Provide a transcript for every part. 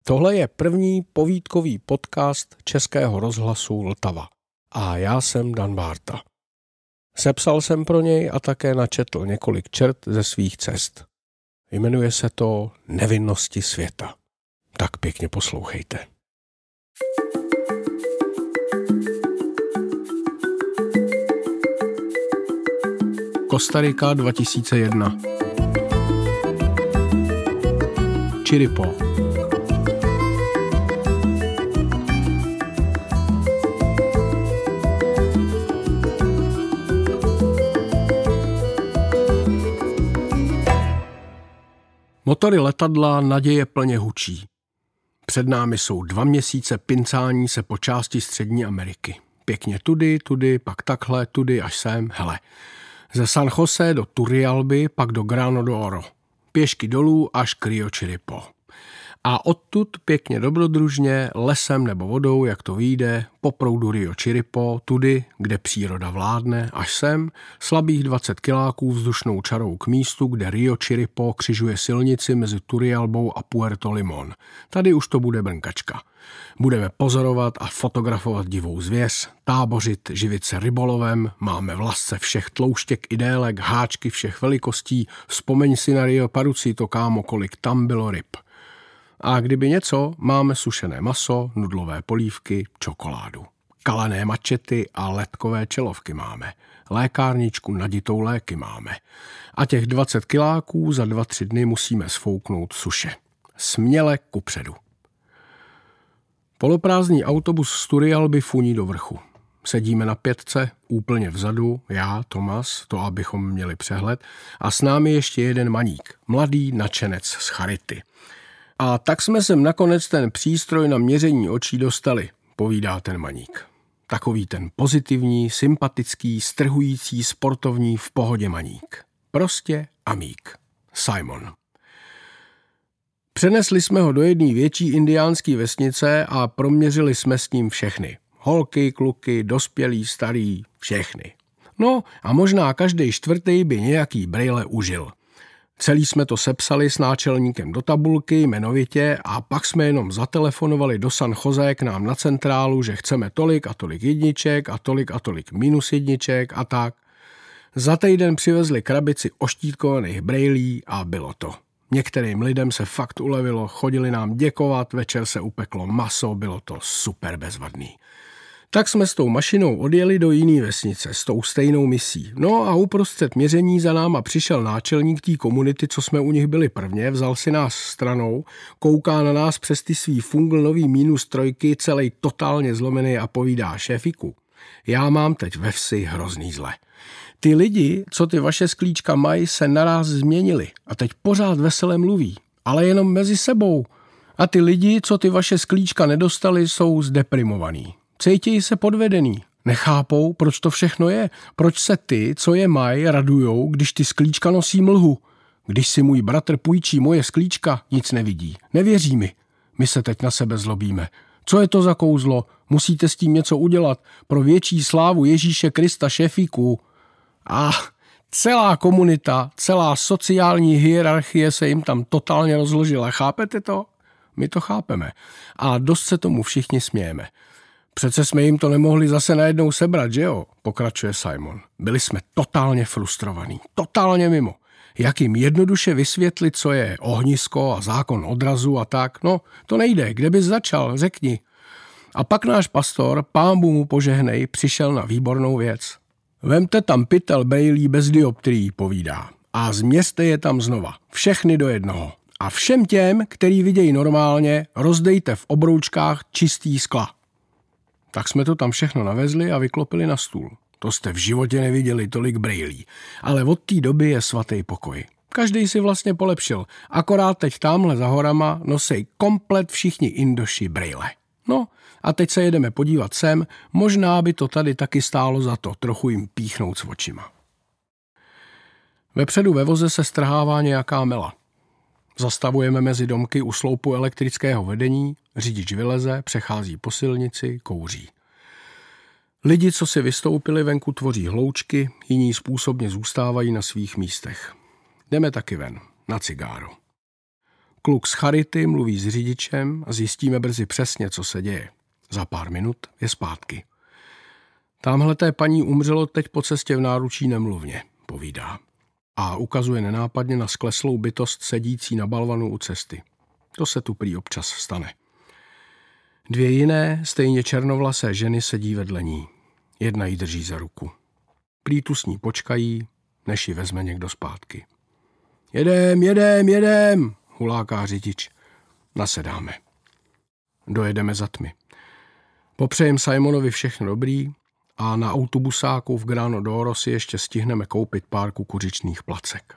Tohle je první povídkový podcast Českého rozhlasu Vltava. A já jsem Dan Bárta. Sepsal jsem pro něj a také načetl několik čert ze svých cest. Jmenuje se to Nevinnosti světa. Tak pěkně poslouchejte. Kostarika 2001. Chiripo. Motory letadla naděje plně hučí. Před námi jsou 2 měsíce pincání se po části Střední Ameriky. Pěkně tudy, pak takhle, tudy až sem, hele. Ze San Jose do Turrialby, pak do Grano do Oro. Pěšky dolů až k Rio Chiripo. A odtud pěkně dobrodružně, lesem nebo vodou, jak to vyjde, po proudu Rio Chiripo, tudy, kde příroda vládne, až sem, slabých 20 kiláků vzdušnou čarou k místu, kde Rio Chiripo křižuje silnici mezi Turrialbou a Puerto Limón. Tady už to bude brnkačka. Budeme pozorovat a fotografovat divou zvěř, tábořit, živit se rybolovem, máme v lasce všech tlouštěk i délek, háčky všech velikostí, vzpomeň si na Rio Parucito, kámo, kolik tam bylo ryb. A kdyby něco, máme sušené maso, nudlové polívky, čokoládu. Kalené mačety a ledkové čelovky máme. Lékárničku naditou léky máme. A těch 20 kiláků za 2-3 dny musíme sfouknout suše. Směle kupředu. Poloprázdný autobus z Turrialby funí do vrchu. Sedíme na 5, úplně vzadu, já, Tomas, to abychom měli přehled, a s námi ještě jeden maník, mladý nadšenec z Charity. A tak jsme sem nakonec ten přístroj na měření očí dostali, povídá ten maník. Takový ten pozitivní, sympatický, strhující, sportovní, v pohodě maník. Prostě amík. Simon. Přenesli jsme ho do jedné větší indiánské vesnice a proměřili jsme s ním všechny. Holky, kluky, dospělí, starý, všechny. No a možná každý 4. by nějaký brejle užil. Celý jsme to sepsali s náčelníkem do tabulky jmenovitě a pak jsme jenom zatelefonovali do San Jose k nám na centrálu, že chceme tolik a tolik jedniček a tolik minus jedniček a tak. Za týden přivezli krabici oštítkovaných brejlí a bylo to. Některým lidem se fakt ulevilo, chodili nám děkovat, večer se upeklo maso, bylo to super bezvadný. Tak jsme s tou mašinou odjeli do jiný vesnice s tou stejnou misí. No a uprostřed měření za náma přišel náčelník té komunity, co jsme u nich byli prvně, vzal si nás stranou, kouká na nás přes ty svý funglnový -3, celý totálně zlomený a povídá: šéfiku, já mám teď ve vsi hrozný zle. Ty lidi, co ty vaše sklíčka mají, se naráz změnili a teď pořád vesele mluví, ale jenom mezi sebou. A ty lidi, co ty vaše sklíčka nedostali, jsou zdeprimovaný. Cítějí se podvedený. Nechápou, proč to všechno je. Proč se ty, co je mají, radujou, když ty sklíčka nosí mlhu. Když si můj bratr půjčí moje sklíčka, nic nevidí. Nevěří mi. My se teď na sebe zlobíme. Co je to za kouzlo? Musíte s tím něco udělat. Pro větší slávu Ježíše Krista, šéfíku. A celá komunita, celá sociální hierarchie se jim tam totálně rozložila. Chápete to? My to chápeme. A dost se tomu všichni smějeme. Přece jsme jim to nemohli zase najednou sebrat, že jo? Pokračuje Simon. Byli jsme totálně frustrovaní, totálně mimo. Jak jim jednoduše vysvětlit, co je ohnisko a zákon odrazu a tak? No, to nejde, kde bys začal, řekni. A pak náš pastor, pán Bůh mu požehnej, přišel na výbornou věc. Vemte tam pytel brejlí bez dioptrií, povídá. A změřte je tam znova, všechny do jednoho. A všem těm, který vidějí normálně, rozdejte v obroučkách čistý skla. Tak jsme to tam všechno navezli a vyklopili na stůl. To jste v životě neviděli tolik brejlí. Ale od té doby je svatý pokoj. Každý si vlastně polepšil. Akorát teď tamhle za horama nosej komplet všichni Indoši brejle. No a teď se jedeme podívat sem, možná by to tady taky stálo za to, trochu jim píchnout s očima. Vepředu ve voze se strhává nějaká mela. Zastavujeme mezi domky u sloupu elektrického vedení, řidič vyleze, přechází po silnici, kouří. Lidi, co si vystoupili venku, tvoří hloučky, jiní způsobně zůstávají na svých místech. Jdeme taky ven, na cigáro. Kluk z charity mluví s řidičem a zjistíme brzy přesně, co se děje. Za pár minut je zpátky. Támhleté paní umřelo teď po cestě v náručí nemluvně, povídá. A ukazuje nenápadně na skleslou bytost sedící na balvanu u cesty. To se tu prý občas stane. 2 jiné, stejně černovlasé ženy sedí vedle ní. Jedna jí drží za ruku. Prý tu s ní počkají, než ji vezme někdo zpátky. Jedem, huláká řidič. Nasedáme. Dojedeme za tmy. Popřejem Simonovi všechno dobrý a na autobusáku v Grano d'Oro si ještě stihneme koupit pár kukuřičných placek.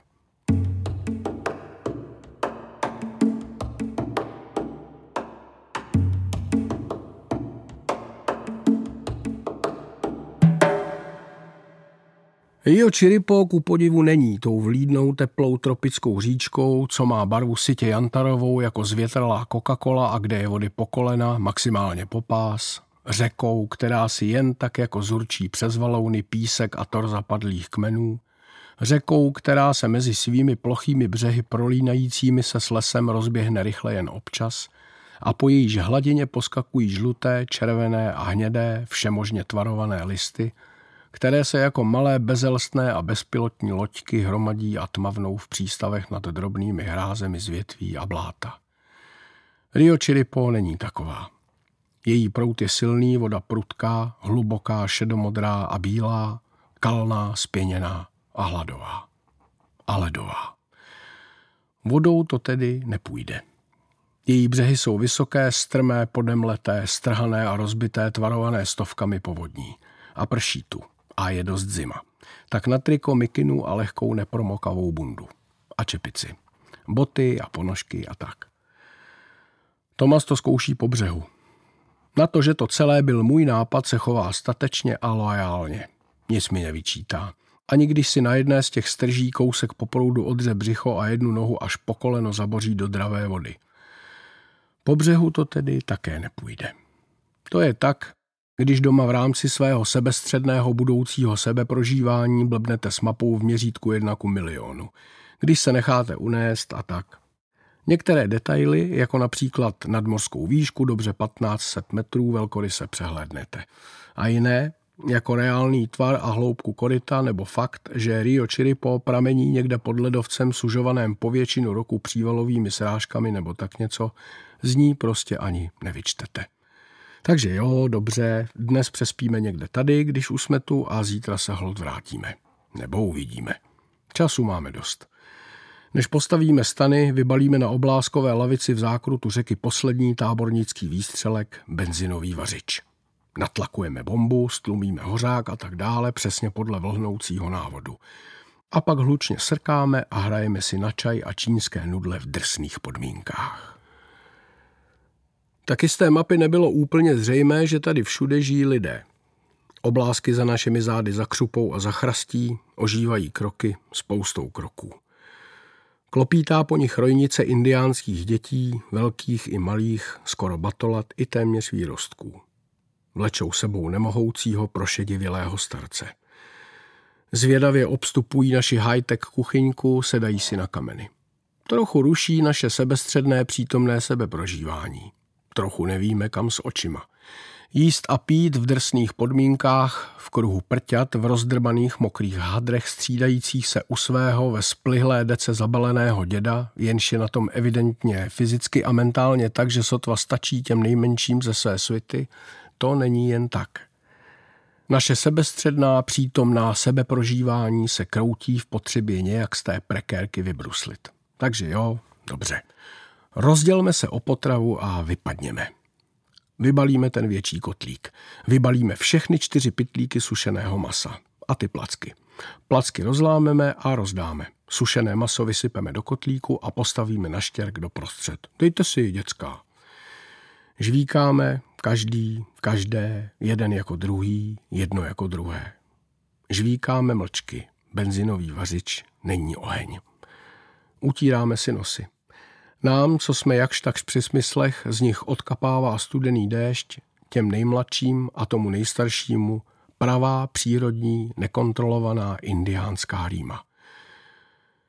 Rio Chiripo ku podivu není tou vlídnou teplou tropickou říčkou, co má barvu sytě jantarovou jako zvětralá Coca-Cola a kde je vody po kolena, maximálně po pás, řekou, která si jen tak jako zurčí přes valouny písek a tor zapadlých kmenů, řekou, která se mezi svými plochými břehy prolínajícími se s lesem rozběhne rychle jen občas a po jejíž hladině poskakují žluté, červené a hnědé, všemožně tvarované listy, které se jako malé bezelstné a bezpilotní loďky hromadí a tmavnou v přístavech nad drobnými hrázemi z větví a bláta. Rio Chiripo není taková. Její proud je silný, voda prudká, hluboká, šedomodrá a bílá, kalná, spěněná a hladová. A ledová. Vodou to tedy nepůjde. Její břehy jsou vysoké, strmé, podemleté, strhané a rozbité, tvarované stovkami povodní. A prší tu. A je dost zima. Tak na triko, mikinu a lehkou nepromokavou bundu. A čepici. Boty a ponožky a tak. Tomas to zkouší po břehu. Na to, že to celé byl můj nápad, se chová statečně a loajálně. Nic mi nevyčítá. Ani když si na jedné z těch strží kousek po proudu odře břicho a jednu nohu až po koleno zaboří do dravé vody. Po břehu to tedy také nepůjde. To je tak, když doma v rámci svého sebestředného budoucího sebeprožívání blbnete s mapou v měřítku 1:1,000,000. Když se necháte unést a tak. Některé detaily, jako například nadmořskou výšku dobře 1500 metrů, velkoryse přehlédnete. A jiné, jako reálný tvar a hloubku koryta nebo fakt, že Rio Chiripo pramení někde pod ledovcem sužovaném po většinu roku přívalovými srážkami nebo tak něco, z ní prostě ani nevyčtete. Takže jo, dobře, dnes přespíme někde tady, když už jsme tu a zítra se holt vrátíme. Nebo uvidíme. Času máme dost. Než postavíme stany, vybalíme na obláskové lavici v zákrutu řeky poslední tábornický výstřelek, benzinový vařič. Natlakujeme bombu, stlumíme hořák a tak dále, přesně podle vlhnoucího návodu. A pak hlučně srkáme a hrajeme si na čaj a čínské nudle v drsných podmínkách. Taky z té mapy nebylo úplně zřejmé, že tady všude žijí lidé. Oblásky za našimi zády zakřupou a zachrastí, ožívají kroky spoustou kroků. Klopítá po nich rojnice indiánských dětí, velkých i malých, skoro batolat i téměř výrostků. Vlečou sebou nemohoucího prošedivělého starce. Zvědavě obstupují naši high-tech kuchyňku, sedají si na kameny. Trochu ruší naše sebestředné přítomné sebeprožívání. Trochu nevíme, kam s očima. Jíst a pít v drsných podmínkách, v kruhu prťat, v rozdrbaných mokrých hadrech střídajících se u svého ve splihlé dece zabaleného děda, jenž je na tom evidentně fyzicky a mentálně tak, že sotva stačí těm nejmenším ze své svity, to není jen tak. Naše sebestředná, přítomná sebeprožívání se kroutí v potřebě nějak z té prekérky vybruslit. Takže jo, dobře. Rozdělme se o potravu a vypadněme. Vybalíme ten větší kotlík. Vybalíme všechny 4 pytlíky sušeného masa. A ty placky. Placky rozlámeme a rozdáme. Sušené maso vysypeme do kotlíku a postavíme na štěrk doprostřed. Dejte si, děcka. Žvíkáme, každé, jeden jako druhý, jedno jako druhé. Žvíkáme mlčky. Benzinový vařič není oheň. Utíráme si nosy. Nám, co jsme jakž takž při smyslech, z nich odkapává studený déšť, těm nejmladším a tomu nejstaršímu pravá, přírodní, nekontrolovaná indiánská rýma.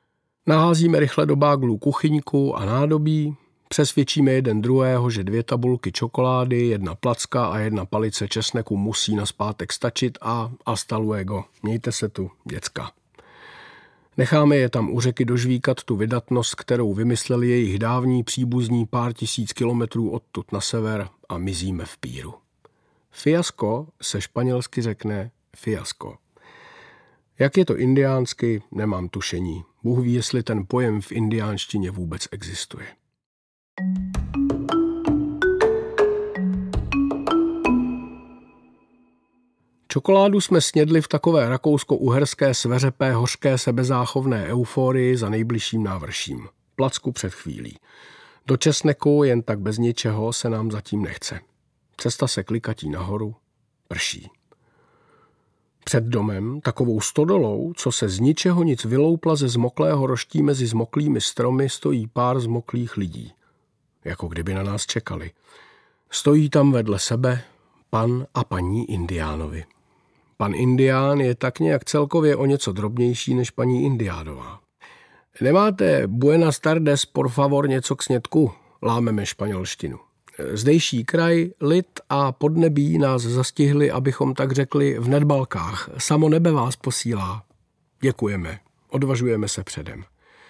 Naházíme rychle do báglu kuchyňku a nádobí, přesvědčíme jeden druhého, že 2 tabulky čokolády, 1 placka a 1 palice česneku musí nazpátek stačit a hasta luego. Mějte se tu, děcka. Necháme je tam u řeky dožvíkat tu vydatnost, kterou vymysleli jejich dávní příbuzní pár tisíc kilometrů odtud na sever a mizíme v píru. Fiasko se španělsky řekne fiasko. Jak je to indiánsky, nemám tušení. Bůh ví, jestli ten pojem v indiánštině vůbec existuje. Čokoládu jsme snědli v takové rakousko-uherské sveřepé hořké sebezáchovné euforii za nejbližším návrším. Placku před chvílí. Do česneku jen tak bez ničeho se nám zatím nechce. Cesta se klikatí nahoru, prší. Před domem, takovou stodolou, co se z ničeho nic vyloupla ze zmoklého roští mezi zmoklými stromy, stojí pár zmoklých lidí. Jako kdyby na nás čekali. Stojí tam vedle sebe pan a paní Indiánovi. Pan Indián je tak nějak celkově o něco drobnější než paní Indiánová. Nemáte buenas tardes, por favor, něco k snědku? Lámeme španělštinu. Zdejší kraj, lid a podnebí nás zastihli, abychom tak řekli, v nedbalkách. Samo nebe vás posílá. Děkujeme. Odvažujeme se předem.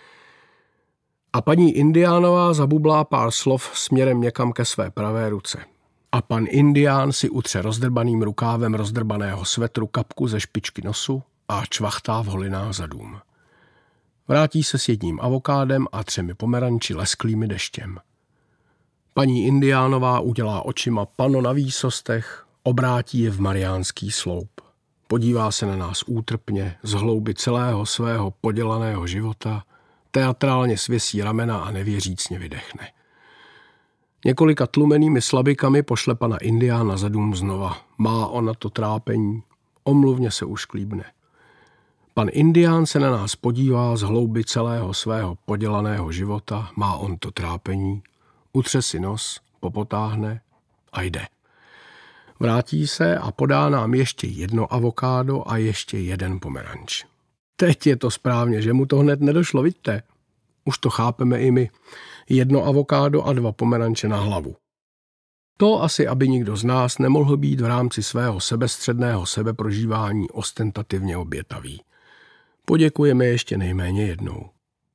A paní Indiánová zabublá pár slov směrem někam ke své pravé ruce. A pan Indián si utře rozdrbaným rukávem rozdrbaného svetru kapku ze špičky nosu a čvachtá v holinách za dům. Vrátí se s 1 avokádem a 3 pomeranči lesklými deštěm. Paní Indiánová udělá očima pano na výsostech, obrátí je v mariánský sloup. Podívá se na nás útrpně z hlouby celého svého podělaného života, teatrálně svěsí ramena a nevěřícně vydechne. Několika tlumenými slabikami pošle pana Indiána za dům znova. Má ona to trápení, omluvně se ušklíbne. Pan Indián se na nás podívá z hlouby celého svého podělaného života, má on to trápení, utře si nos, popotáhne a jde. Vrátí se a podá nám ještě 1 avokádo a ještě 1 pomeranč. Teď je to správně, že mu to hned nedošlo, vidíte? Už to chápeme i my. 1 avokádo a 2 pomeranče na hlavu. To asi, aby nikdo z nás nemohl být v rámci svého sebestředného sebeprožívání ostentativně obětavý. Poděkujeme ještě nejméně jednou.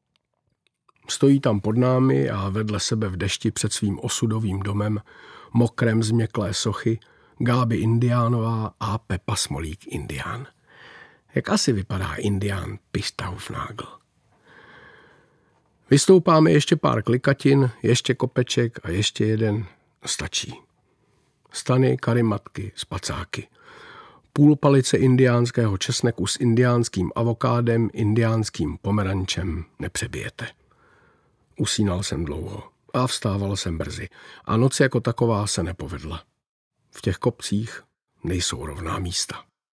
Stojí tam pod námi a vedle sebe v dešti před svým osudovým domem, mokrem změklé sochy, Gáby Indiánová a Pepa Smolík Indián. Jak asi vypadá Indián Pistaufnagel? Vystoupáme ještě pár klikatin, ještě kopeček a ještě 1. Stačí. Stany, karimatky, spacáky. Půl palice indiánského česneku s indiánským avokádem, indiánským pomerančem nepřebijete. Usínal jsem dlouho a vstával jsem brzy a noc jako taková se nepovedla. V těch kopcích nejsou rovná místa.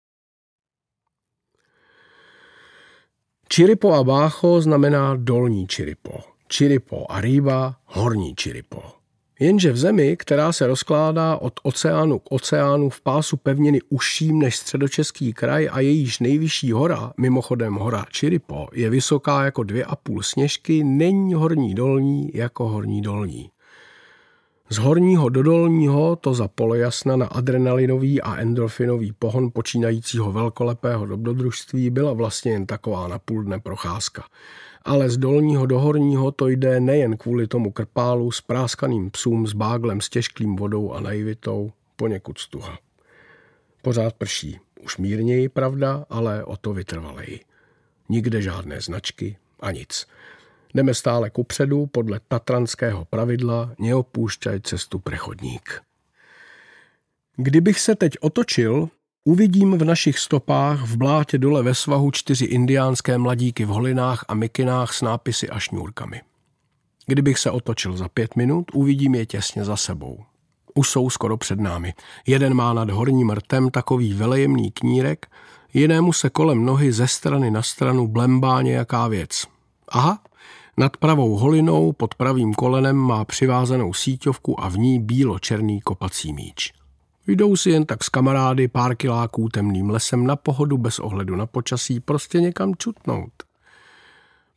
Chiripo abajo znamená dolní Chiripo. Chiripo arriba, horní Chiripo. Jenže v zemi, která se rozkládá od oceánu k oceánu v pásu pevniny užším než Středočeský kraj a jejíž nejvyšší hora, mimochodem hora Chiripo, je vysoká jako 2,5 Sněžky, není horní dolní jako horní dolní. Z horního do dolního to za polojasna na adrenalinový a endorfinový pohon počínajícího velkolepého dobrodružství byla vlastně jen taková na půl dne procházka. Ale z dolního do horního to jde nejen kvůli tomu krpálu s práskaným psům s báglem s těžkým vodou a naivitou, poněkud stuha. Pořád prší, už mírněji, pravda, ale o to vytrvaleji. Nikde žádné značky a nic. Jdeme stále kupředu podle tatranského pravidla neopoušťaj cestu prechodník. Kdybych se teď otočil, uvidím v našich stopách v blátě dole ve svahu 4 indiánské mladíky v holinách a mikinách s nápisy a šňůrkami. Kdybych se otočil za 5 minut, uvidím je těsně za sebou. Už jsou skoro před námi. Jeden má nad horním rtem takový velejemný knírek, jinému se kolem nohy ze strany na stranu blembá nějaká věc. Aha, nad pravou holinou pod pravým kolenem má přivázanou síťovku a v ní bílo-černý kopací míč. Jdou si jen tak s kamarády pár kiláků temným lesem na pohodu bez ohledu na počasí prostě někam čutnout.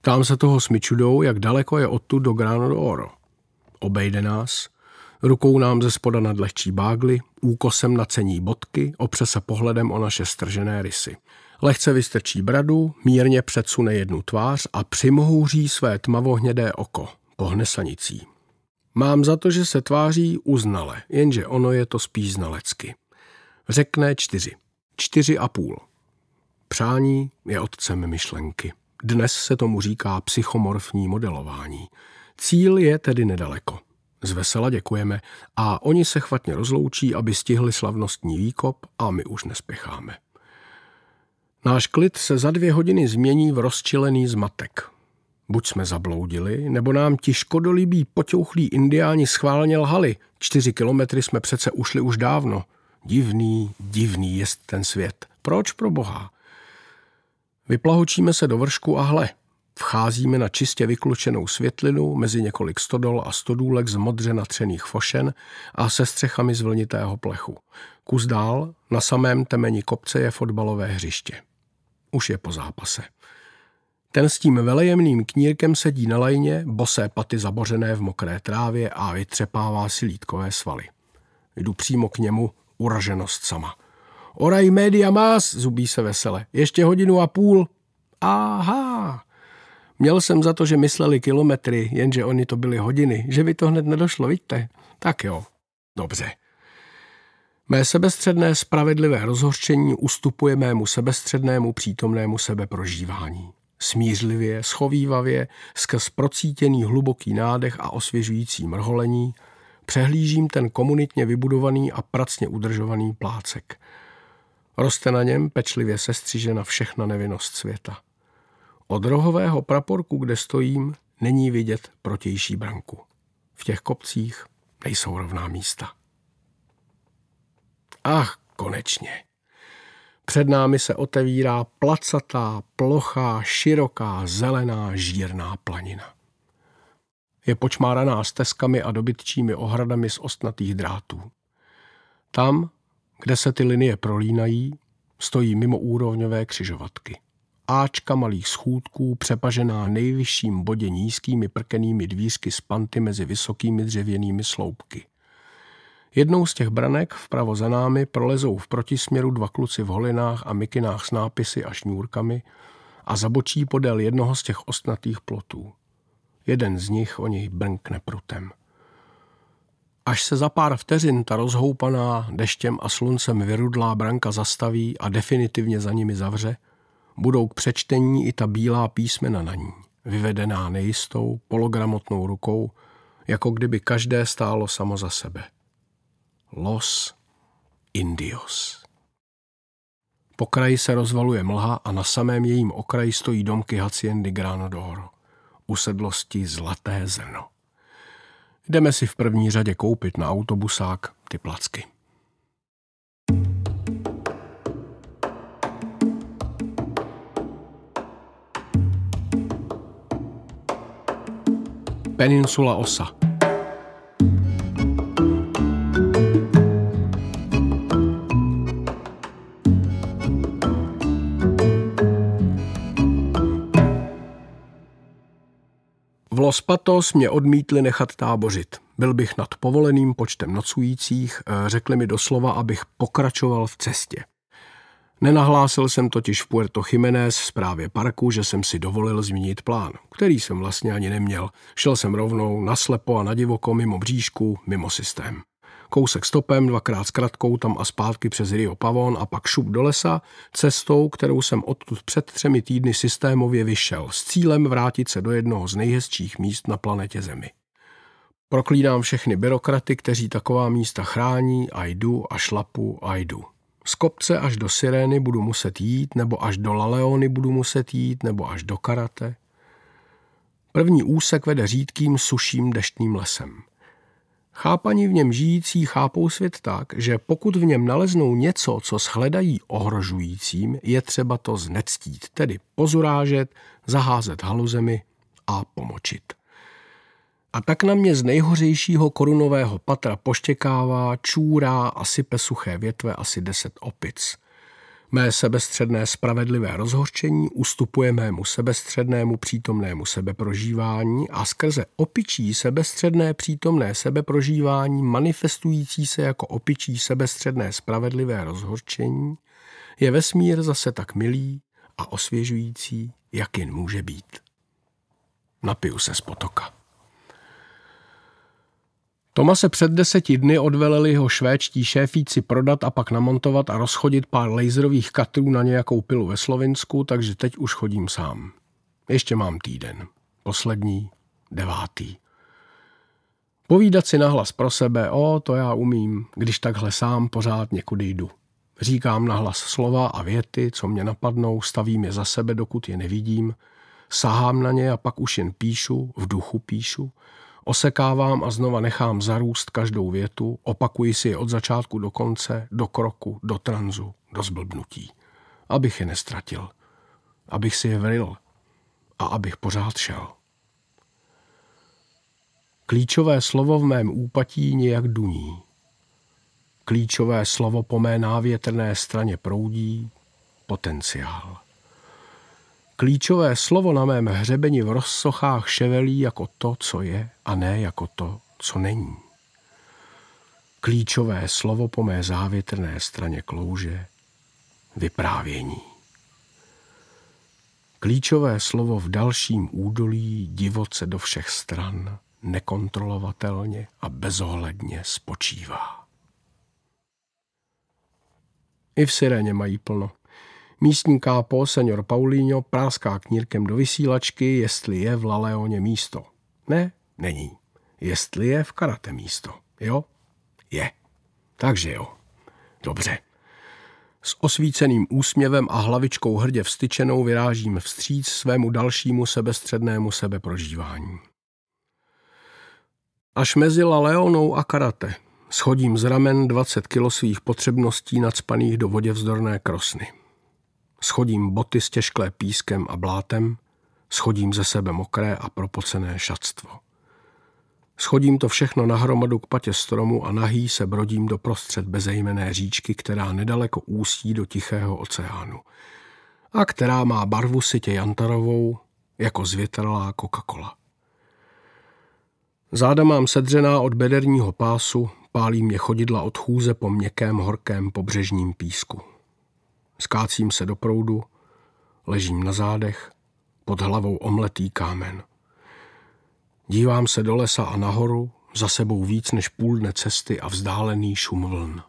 Tam se toho smyčudou, jak daleko je odtud do Grano d'Oro. Obejde nás, rukou nám ze spoda nadlehčí bágly, úkosem nacení bodky, opře se pohledem o naše stržené rysy. Lehce vystrčí bradu, mírně předsune jednu tvář a přimhouří své tmavohnědé oko, pohne sanicí. Mám za to, že se tváří uznale, jenže ono je to spíš znalecky. Řekne 4. 4,5. Přání je otcem myšlenky. Dnes se tomu říká psychomorfní modelování. Cíl je tedy nedaleko. Zvesela děkujeme a oni se chvatně rozloučí, aby stihli slavnostní výkop a my už nespěcháme. Náš klid se za 2 hodiny změní v rozčilený zmatek. Buď jsme zabloudili, nebo nám ti škodolibí poťouchlí indiáni schválně lhali. 4 kilometry jsme přece ušli už dávno. Divný jest ten svět. Proč pro boha? Vyplahočíme se do vršku a hle, vcházíme na čistě vyklučenou světlinu mezi několik stodol a stodůlek z modře natřených fošen a se střechami z vlnitého plechu. Kus dál, na samém temeni kopce je fotbalové hřiště. Už je po zápase. Ten s tím velejemným knírkem sedí na lajně, bosé paty zabořené v mokré trávě a vytřepává si lítkové svaly. Jdu přímo k němu, uraženost sama. Oraj media más, zubí se vesele. Ještě 1,5 hodiny. Aha. Měl jsem za to, že mysleli kilometry, jenže oni to byly hodiny, že by to hned nedošlo, vidíte? Tak jo, dobře. Mé sebestředné spravedlivé rozhořčení ustupuje mému sebestřednému přítomnému sebeprožívání. Smířlivě, schovívavě, skrz procítěný hluboký nádech a osvěžující mrholení, přehlížím ten komunitně vybudovaný a pracně udržovaný plácek. Roste na něm pečlivě sestřižena všechna nevinnost světa. Od rohového praporku, kde stojím, není vidět protější branku. V těch kopcích nejsou rovná místa. Ach, konečně. Před námi se otevírá placatá, plochá, široká, zelená, žírná planina. Je počmáraná stezkami a dobytčími ohradami z ostnatých drátů. Tam, kde se ty linie prolínají, stojí mimoúrovňové křižovatky. Áčka malých schůdků, přepažená nejvyšším bodě nízkými prkenými dvířky s panty mezi vysokými dřevěnými sloupky. Jednou z těch branek vpravo za námi prolezou v protisměru 2 kluci v holinách a mikinách s nápisy a šňůrkami a zabočí podél jednoho z těch ostnatých plotů. Jeden z nich o něj brnkne prutem. Až se za pár vteřin ta rozhoupaná deštěm a sluncem vyrudlá branka zastaví a definitivně za nimi zavře, budou k přečtení i ta bílá písmena na ní, vyvedená nejistou, pologramotnou rukou, jako kdyby každé stálo samo za sebe. Los Indios. Po kraji se rozvaluje mlha a na samém jejím okraji stojí domky haciendy Grano d'Oro. Usedlosti Zlaté zrno. Jdeme si v první řadě koupit na autobusák ty placky. Peninsula Osa. V Los Patos mě odmítli nechat tábořit. Byl bych nad povoleným počtem nocujících, řekli mi doslova, abych pokračoval v cestě. Nenahlásil jsem totiž v Puerto Jiménez správě parku, že jsem si dovolil změnit plán, který jsem vlastně ani neměl. Šel jsem rovnou naslepo a nadivoko, mimo bříšku, mimo systém. Kousek stopem, 2krát s kratkou, tam a zpátky přes Rio Pavón a pak šup do lesa, cestou, kterou jsem odtud před 3 týdny systémově vyšel, s cílem vrátit se do jednoho z nejhezčích míst na planetě Zemi. Proklínám všechny byrokraty, kteří taková místa chrání, a jdu a šlapu a jdu. Z kopce až do Sirény budu muset jít, nebo až do La Leony budu muset jít, nebo až do Karate. První úsek vede řídkým, suším deštným lesem. Chápaní v něm žijící chápou svět tak, že pokud v něm naleznou něco, co shledají ohrožujícím, je třeba to znectít, tedy pozurážet, zaházet haluzemi a pomočit. A tak na mě z nejhořejšího korunového patra poštěkává, čůrá a sype suché větve asi 10 opic. Mé sebestředné spravedlivé rozhořčení ustupuje mému sebestřednému přítomnému sebeprožívání a skrze opičí sebestředné přítomné sebeprožívání manifestující se jako opičí sebestředné spravedlivé rozhořčení je vesmír zase tak milý a osvěžující, jak jen může být. Napiju se z potoka. Toma se před 10 dny odveleli ho švédští šéfíci prodat a pak namontovat a rozchodit pár laserových katrů na nějakou pilu ve Slovinsku, takže teď už chodím sám. Ještě mám týden. Poslední, 9. Povídat si nahlas pro sebe, to já umím, když takhle sám pořád někudy jdu. Říkám nahlas slova a věty, co mě napadnou, stavím je za sebe, dokud je nevidím, sahám na ně a pak už jen píšu, v duchu píšu, osekávám a znova nechám zarůst každou větu, opakuji si je od začátku do konce, do kroku, do tranzu, do zblbnutí. Abych je nestratil, abych si je vril a abych pořád šel. Klíčové slovo v mém úpatí nějak duní. Klíčové slovo po mé návětrné straně proudí potenciál. Klíčové slovo na mém hřebeni v rozsochách ševelí jako to, co je, a ne jako to, co není. Klíčové slovo po mé závětrné straně klouže vyprávění. Klíčové slovo v dalším údolí divoce do všech stran nekontrolovatelně a bezohledně spočívá. I v siréně mají plno. Místní kápo, senior Paulinho, práská knírkem do vysílačky, jestli je v La Leoně místo. Ne, není. Jestli je v karate místo. Jo? Je. Takže jo. Dobře. S osvíceným úsměvem a hlavičkou hrdě vstyčenou vyrážím vstříc svému dalšímu sebestřednému sebeprožívání. Až mezi La Leonou a karate schodím z ramen 20 kilo svých potřebností nacpaných do vodě vzdorné krosny. Schodím boty stěžklé pískem a blátem, schodím ze sebe mokré a propocené šatstvo. Schodím to všechno nahromadu k patě stromu a nahý se brodím doprostřed bezejmenné říčky, která nedaleko ústí do Tichého oceánu a která má barvu sytě jantarovou jako zvětralá Coca-Cola. Záda mám sedřená od bederního pásu, pálí mě chodidla od chůze po měkkém horkém pobřežním písku. Skácím se do proudu, ležím na zádech, pod hlavou omletý kámen. Dívám se do lesa a nahoru, za sebou víc než půl dne cesty a vzdálený šum vln.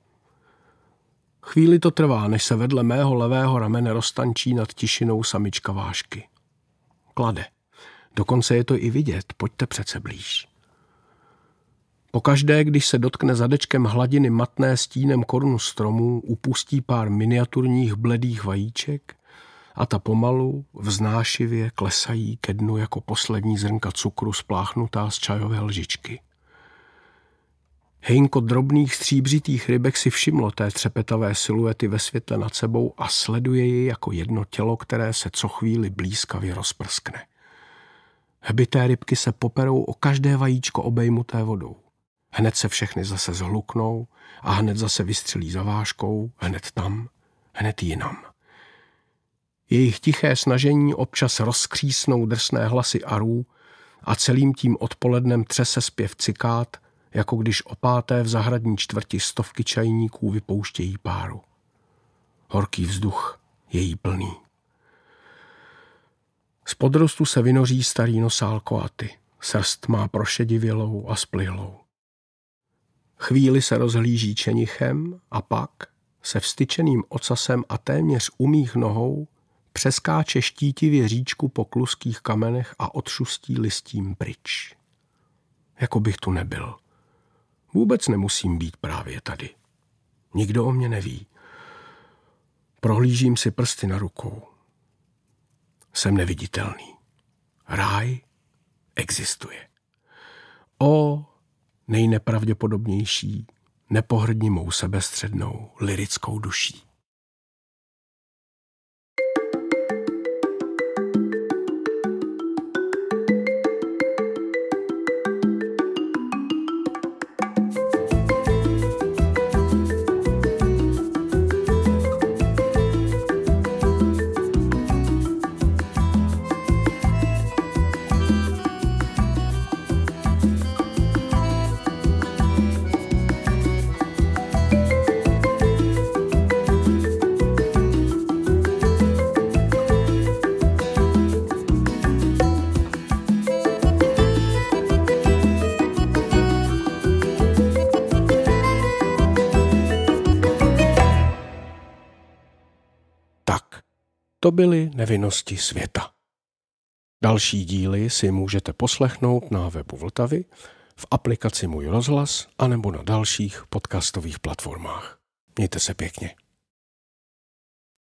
Chvíli to trvá, než se vedle mého levého ramene roztančí nad tišinou samička vášky. Klade. Dokonce je to i vidět, pojďte přece blíž. Pokaždé, když se dotkne zadečkem hladiny matné stínem korunu stromů, upustí pár miniaturních bledých vajíček a ta pomalu, vznášivě klesají ke dnu jako poslední zrnka cukru spláchnutá z čajové lžičky. Hejnko drobných stříbřitých rybek si všimlo té třepetavé siluety ve světle nad sebou a sleduje ji jako jedno tělo, které se co chvíli blízkavě rozprskne. Hbité rybky se poperou o každé vajíčko obejmuté vodou. Hned se všechny zase zhluknou a hned zase vystřelí za váškou, hned tam, hned jinam. Jejich tiché snažení občas rozkřísnou drsné hlasy arů a celým tím odpolednem třese zpěv cikád, jako když opáté v zahradní čtvrti stovky čajníků vypouštějí páru. Horký vzduch je jí plný. Z podrostu se vynoří starý nosál koaty. Srst má prošedivělou a splihlou. Chvíli se rozhlíží čenichem a pak se vstyčeným ocasem a téměř u mých nohou přeskáče štítivě říčku po kluských kamenech a odšustí listím pryč. Jako bych tu nebyl. Vůbec nemusím být právě tady. Nikdo o mě neví. Prohlížím si prsty na rukou. Jsem neviditelný. Ráj existuje. O nejnepravděpodobnější, nepohrdni mou sebestřednou lyrickou duší. To byly nevinnosti světa. Další díly si můžete poslechnout na webu Vltavy, v aplikaci Můj rozhlas anebo na dalších podcastových platformách. Mějte se pěkně.